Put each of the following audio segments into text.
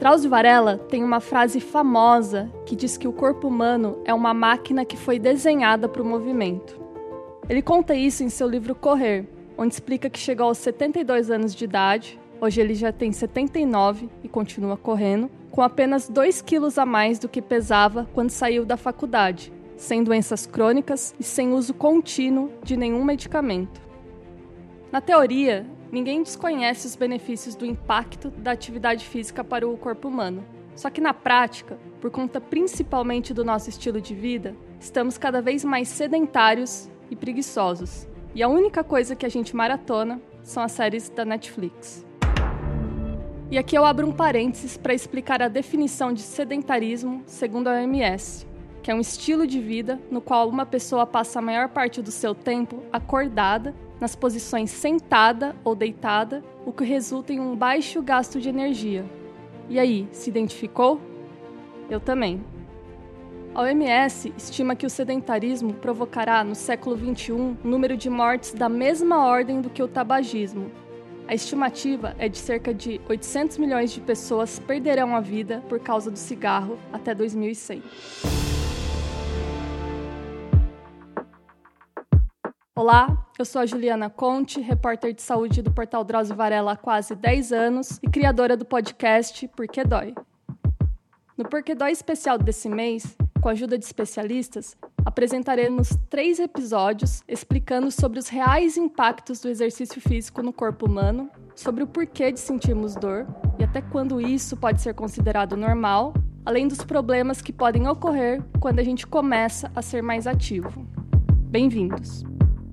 Drauzio Varela tem uma frase famosa que diz que o corpo humano é uma máquina que foi desenhada para o movimento. Ele conta isso em seu livro Correr, onde explica que chegou aos 72 anos de idade, hoje ele já tem 79 e continua correndo, com apenas 2 quilos a mais do que pesava quando saiu da faculdade, sem doenças crônicas e sem uso contínuo de nenhum medicamento. Na teoria, ninguém desconhece os benefícios do impacto da atividade física para o corpo humano. Só que na prática, por conta principalmente do nosso estilo de vida, estamos cada vez mais sedentários e preguiçosos. E a única coisa que a gente maratona são as séries da Netflix. E aqui eu abro um parênteses para explicar a definição de sedentarismo segundo a OMS, que é um estilo de vida no qual uma pessoa passa a maior parte do seu tempo acordada, nas posições sentada ou deitada, o que resulta em um baixo gasto de energia. E aí, se identificou? Eu também. A OMS estima que o sedentarismo provocará no século XXI um número de mortes da mesma ordem do que o tabagismo. A estimativa é de cerca de 800 milhões de pessoas perderão a vida por causa do cigarro até 2100. Olá, eu sou a Juliana Conte, repórter de saúde do portal Drauzio Varela há quase 10 anos e criadora do podcast Porque Dói. No Porque Dói especial desse mês, com a ajuda de especialistas, apresentaremos 3 episódios explicando sobre os reais impactos do exercício físico no corpo humano, sobre o porquê de sentirmos dor e até quando isso pode ser considerado normal, além dos problemas que podem ocorrer quando a gente começa a ser mais ativo. Bem-vindos!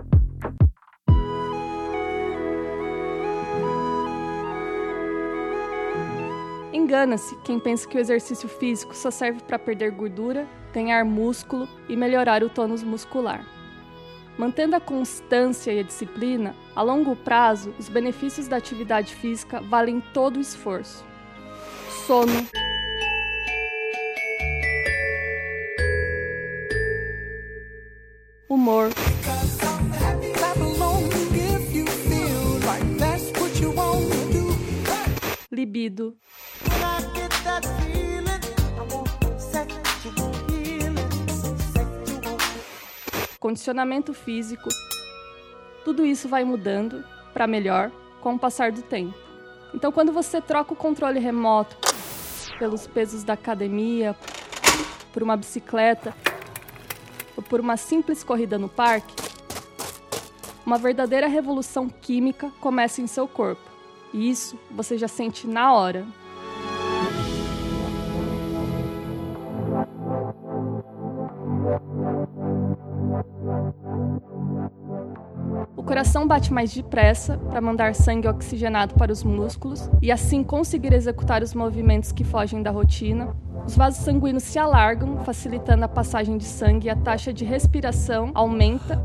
Engana-se quem pensa que o exercício físico só serve para perder gordura, ganhar músculo e melhorar o tônus muscular. Mantendo a constância e a disciplina, a longo prazo, os benefícios da atividade física valem todo o esforço. Sono, humor, libido, condicionamento físico, tudo isso vai mudando para melhor com o passar do tempo. Então, quando você troca o controle remoto pelos pesos da academia, por uma bicicleta ou por uma simples corrida no parque, uma verdadeira revolução química começa em seu corpo. E isso você já sente na hora. O coração bate mais depressa para mandar sangue oxigenado para os músculos e assim conseguir executar os movimentos que fogem da rotina. Os vasos sanguíneos se alargam, facilitando a passagem de sangue e a taxa de respiração aumenta,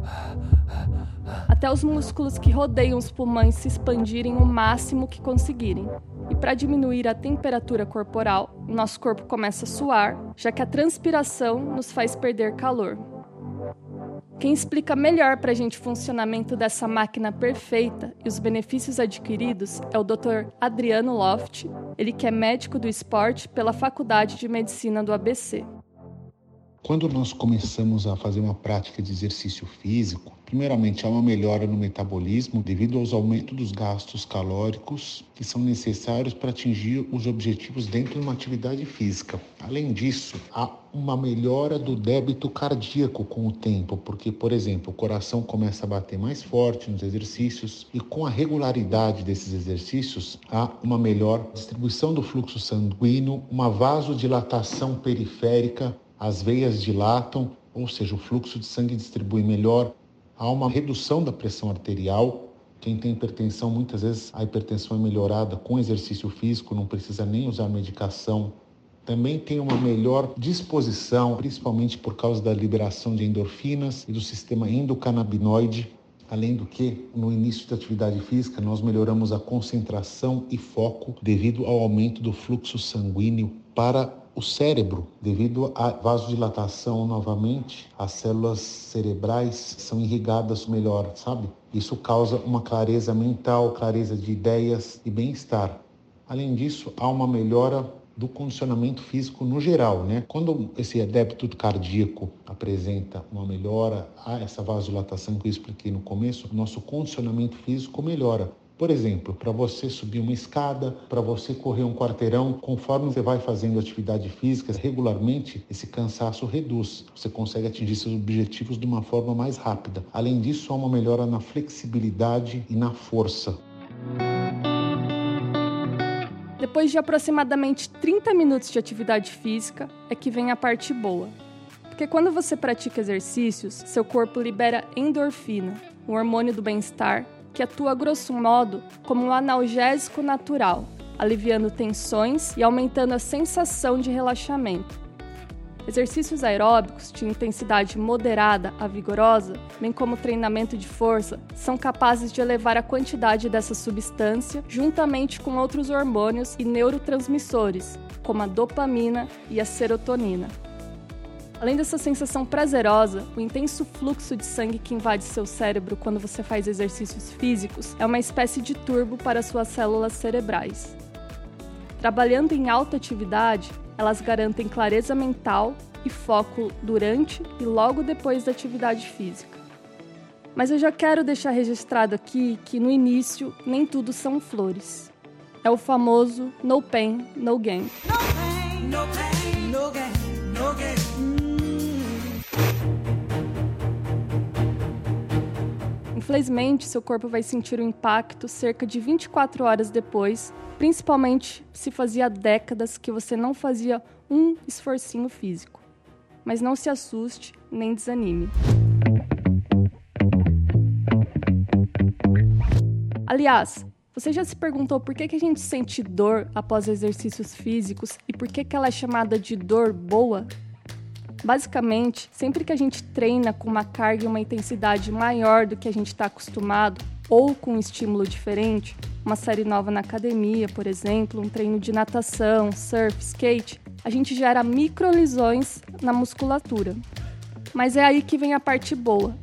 até os músculos que rodeiam os pulmões se expandirem o máximo que conseguirem. E para diminuir a temperatura corporal, o nosso corpo começa a suar, já que a transpiração nos faz perder calor. Quem explica melhor para a gente o funcionamento dessa máquina perfeita e os benefícios adquiridos é o Dr. Adriano Loft, ele que é médico do esporte pela Faculdade de Medicina do ABC. Quando nós começamos a fazer uma prática de exercício físico, primeiramente há uma melhora no metabolismo devido aos aumentos dos gastos calóricos que são necessários para atingir os objetivos dentro de uma atividade física. Além disso, há uma melhora do débito cardíaco com o tempo, porque, por exemplo, o coração começa a bater mais forte nos exercícios e com a regularidade desses exercícios há uma melhor distribuição do fluxo sanguíneo, uma vasodilatação periférica, as veias dilatam, ou seja, o fluxo de sangue distribui melhor. Há uma redução da pressão arterial. Quem tem hipertensão, muitas vezes a hipertensão é melhorada com exercício físico, não precisa nem usar medicação. Também tem uma melhor disposição, principalmente por causa da liberação de endorfinas e do sistema endocannabinoide. Além do que, no início da atividade física, nós melhoramos a concentração e foco devido ao aumento do fluxo sanguíneo para o cérebro. Devido à vasodilatação, novamente, as células cerebrais são irrigadas melhor, sabe? Isso causa uma clareza mental, clareza de ideias e bem-estar. Além disso, há uma melhora do condicionamento físico no geral, né? Quando esse débito cardíaco apresenta uma melhora, essa vasodilatação que eu expliquei no começo, o nosso condicionamento físico melhora. Por exemplo, para você subir uma escada, para você correr um quarteirão, conforme você vai fazendo atividade física regularmente, esse cansaço reduz. Você consegue atingir seus objetivos de uma forma mais rápida. Além disso, há uma melhora na flexibilidade e na força. Depois de aproximadamente 30 minutos de atividade física, é que vem a parte boa. Porque quando você pratica exercícios, seu corpo libera endorfina, o hormônio do bem-estar, que atua grosso modo como um analgésico natural, aliviando tensões e aumentando a sensação de relaxamento. Exercícios aeróbicos de intensidade moderada a vigorosa, bem como treinamento de força, são capazes de elevar a quantidade dessa substância juntamente com outros hormônios e neurotransmissores, como a dopamina e a serotonina. Além dessa sensação prazerosa, o intenso fluxo de sangue que invade seu cérebro quando você faz exercícios físicos é uma espécie de turbo para suas células cerebrais. Trabalhando em alta atividade, elas garantem clareza mental e foco durante e logo depois da atividade física. Mas eu já quero deixar registrado aqui que no início nem tudo são flores. É o famoso no pain, no gain. No pain, no pain, no gain, no gain. Infelizmente, seu corpo vai sentir o impacto cerca de 24 horas depois, principalmente se fazia décadas que você não fazia um esforcinho físico. Mas não se assuste nem desanime. Aliás, você já se perguntou por que a gente sente dor após exercícios físicos e por que ela é chamada de dor boa? Basicamente, sempre que a gente treina com uma carga e uma intensidade maior do que a gente está acostumado, ou com um estímulo diferente, uma série nova na academia, por exemplo, um treino de natação, surf, skate, a gente gera microlesões na musculatura. Mas é aí que vem a parte boa.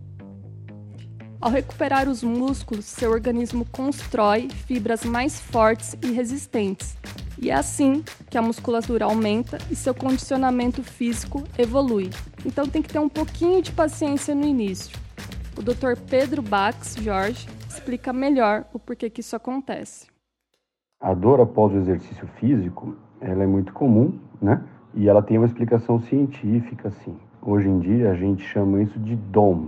Ao recuperar os músculos, seu organismo constrói fibras mais fortes e resistentes. E é assim que a musculatura aumenta e seu condicionamento físico evolui. Então tem que ter um pouquinho de paciência no início. O Dr. Pedro Bax Jorge explica melhor o porquê que isso acontece. A dor após o exercício físico, ela é muito comum, né? E ela tem uma explicação científica, assim. Hoje em dia a gente chama isso de DOMS,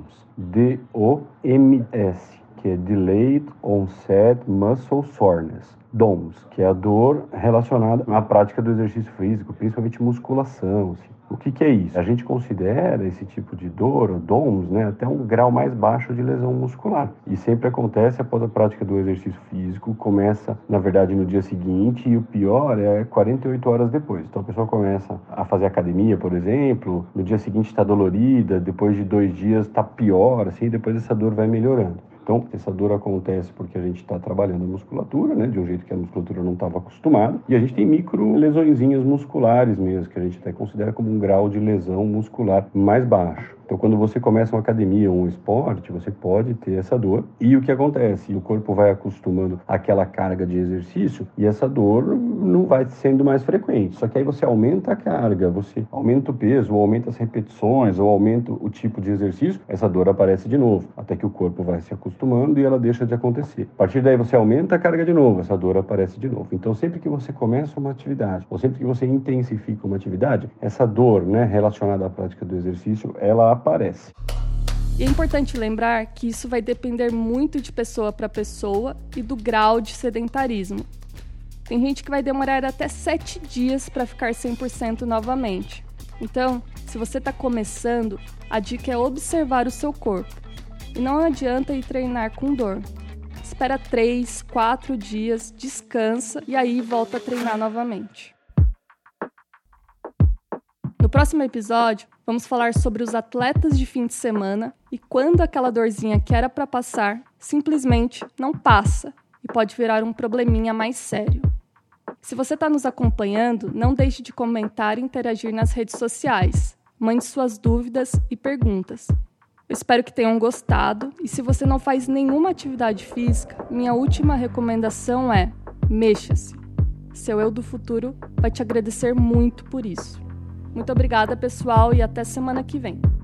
D-O-M-S, que é Delayed Onset Muscle Soreness. DOMS, que é a dor relacionada à prática do exercício físico, principalmente musculação. Assim. O que é isso? A gente considera esse tipo de dor, o DOMS, né, até um grau mais baixo de lesão muscular. E sempre acontece após a prática do exercício físico, começa, na verdade, no dia seguinte, e o pior é 48 horas depois. Então a pessoa começa a fazer academia, por exemplo, no dia seguinte está dolorida, depois de 2 dias está pior, assim, e depois essa dor vai melhorando. Então, essa dor acontece porque a gente está trabalhando a musculatura, né, de um jeito que a musculatura não estava acostumada. E a gente tem micro lesõezinhas musculares mesmo, que a gente até considera como um grau de lesão muscular mais baixo. Então, quando você começa uma academia ou um esporte, você pode ter essa dor. E o que acontece? O corpo vai acostumando àquela carga de exercício e essa dor não vai sendo mais frequente. Só que aí você aumenta a carga, você aumenta o peso, ou aumenta as repetições, ou aumenta o tipo de exercício, essa dor aparece de novo. Até que o corpo vai se acostumando e ela deixa de acontecer. A partir daí você aumenta a carga de novo, essa dor aparece de novo. Então, sempre que você começa uma atividade, ou sempre que você intensifica uma atividade, essa dor, né, relacionada à prática do exercício, ela aparece. E é importante lembrar que isso vai depender muito de pessoa para pessoa e do grau de sedentarismo. Tem gente que vai demorar até 7 dias para ficar 100% novamente. Então, se você está começando, a dica é observar o seu corpo. E não adianta ir treinar com dor. Espera 3, 4 dias, descansa e aí volta a treinar novamente. No próximo episódio, vamos falar sobre os atletas de fim de semana e quando aquela dorzinha que era para passar, simplesmente não passa e pode virar um probleminha mais sério. Se você está nos acompanhando, não deixe de comentar e interagir nas redes sociais. Mande suas dúvidas e perguntas. Eu espero que tenham gostado e se você não faz nenhuma atividade física, minha última recomendação é: mexa-se. Seu eu do futuro vai te agradecer muito por isso. Muito obrigada, pessoal, e até semana que vem.